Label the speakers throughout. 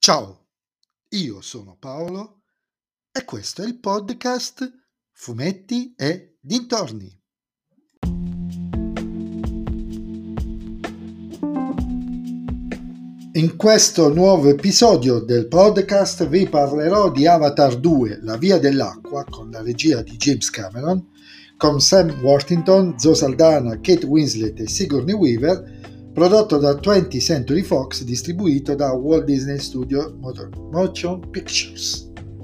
Speaker 1: Ciao, io sono Paolo e questo è il podcast Fumetti e Dintorni. In questo nuovo episodio del podcast vi parlerò di Avatar 2, La via dell'acqua, con la regia di James Cameron, con Sam Worthington, Zoe Saldana, Kate Winslet e Sigourney Weaver, prodotto da 20th Century Fox, distribuito da Walt Disney Studio Motion Pictures.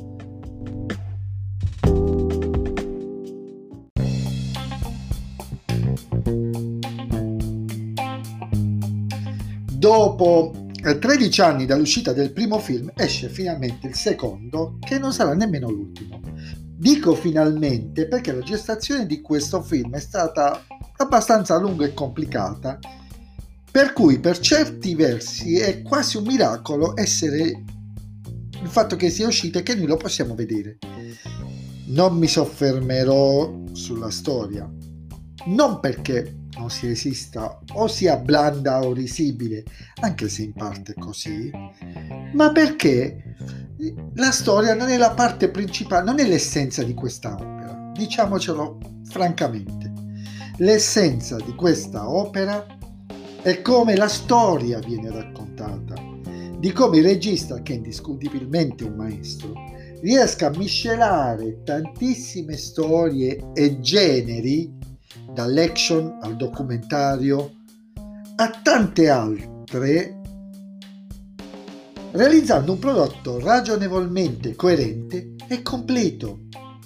Speaker 1: Dopo 13 anni dall'uscita del primo film esce finalmente il secondo, che non sarà nemmeno l'ultimo. Dico finalmente perché la gestazione di questo film è stata abbastanza lunga e complicata, per cui per certi versi è quasi un miracolo essere il fatto che sia uscito e che noi lo possiamo vedere. Non mi soffermerò sulla storia, non perché non si resista o sia blanda o risibile, anche se in parte è così, ma perché la storia non è la parte principale, non è l'essenza di questa opera, diciamocelo francamente. L'essenza di questa opera è come la storia viene raccontata, di come il regista, che è indiscutibilmente un maestro, riesca a miscelare tantissime storie e generi, dall'action al documentario a tante altre, realizzando un prodotto ragionevolmente coerente e completo.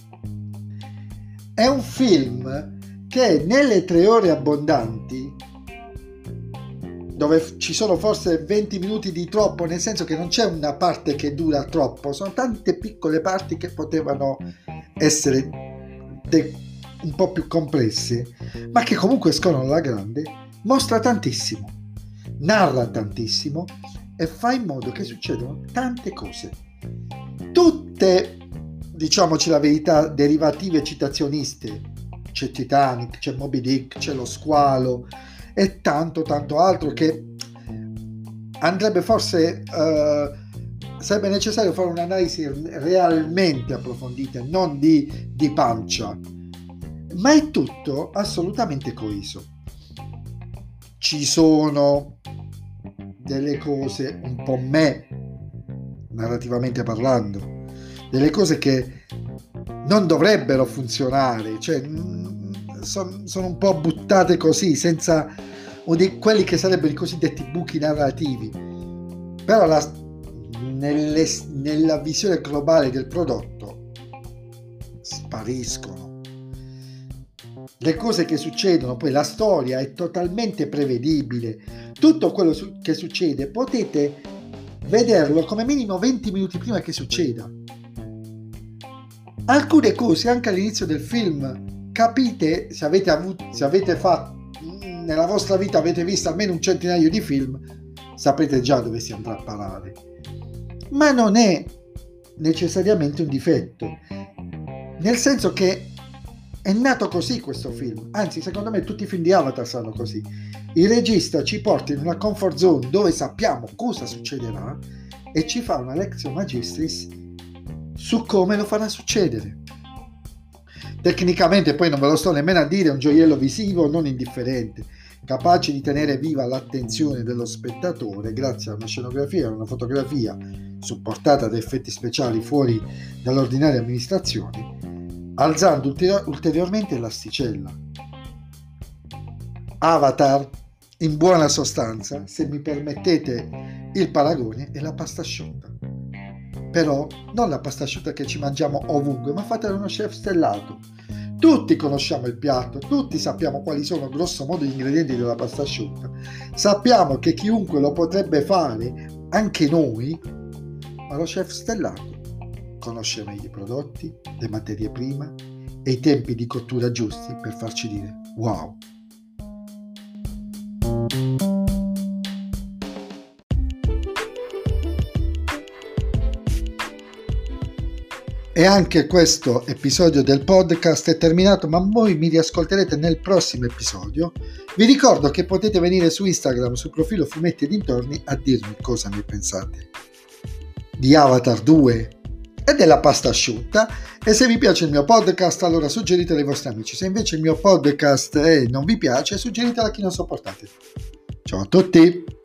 Speaker 1: È un film che nelle 3 ore abbondanti, dove ci sono forse 20 minuti di troppo, nel senso che non c'è una parte che dura troppo, sono tante piccole parti che potevano essere un po' più complesse, ma che comunque escono alla grande, mostra tantissimo, narra tantissimo e fa in modo che succedano tante cose. Tutte, diciamoci la verità, derivative citazioniste. C'è Titanic, c'è Moby Dick, c'è Lo Squalo e tanto altro che andrebbe forse sarebbe necessario fare un'analisi realmente approfondita, non di pancia, ma è tutto assolutamente coeso. Ci sono delle cose un po' narrativamente parlando, delle cose che non dovrebbero funzionare, cioè sono un po' buttate così, senza quelli che sarebbero i cosiddetti buchi narrativi, però nella visione globale del prodotto spariscono. Le cose che succedono, poi la storia è totalmente prevedibile, tutto quello che succede potete vederlo come minimo 20 minuti prima che succeda. Alcune cose anche all'inizio del film capite, se avete fatto nella vostra vita, avete visto almeno un centinaio di film, saprete già dove si andrà a parare, ma non è necessariamente un difetto, nel senso che è nato così questo film, anzi secondo me tutti i film di Avatar sono così. Il regista ci porta in una comfort zone dove sappiamo cosa succederà e ci fa una lectio magistris su come lo farà succedere. Tecnicamente poi non ve lo sto nemmeno a dire, è un gioiello visivo non indifferente, capace di tenere viva l'attenzione dello spettatore grazie a una scenografia e a una fotografia supportata da effetti speciali fuori dall'ordinaria amministrazione, alzando ulteriormente l'asticella. Avatar, in buona sostanza, se mi permettete il paragone, è la pasta asciutta. Però non la pasta asciutta che ci mangiamo ovunque, ma fatela uno chef stellato. Tutti conosciamo il piatto, tutti sappiamo quali sono grosso modo gli ingredienti della pasta asciutta. Sappiamo che chiunque lo potrebbe fare, anche noi, ma lo chef stellato conosce meglio i prodotti, le materie prime e i tempi di cottura giusti per farci dire wow. E anche questo episodio del podcast è terminato, ma voi mi riascolterete nel prossimo episodio. Vi ricordo che potete venire su Instagram, sul profilo Fumetti e Dintorni, a dirmi cosa ne pensate. di Avatar 2 e della pasta asciutta. E se vi piace il mio podcast, allora suggeritelo ai vostri amici. Se invece il mio podcast non vi piace, suggeritelo a chi non sopportate. Ciao a tutti!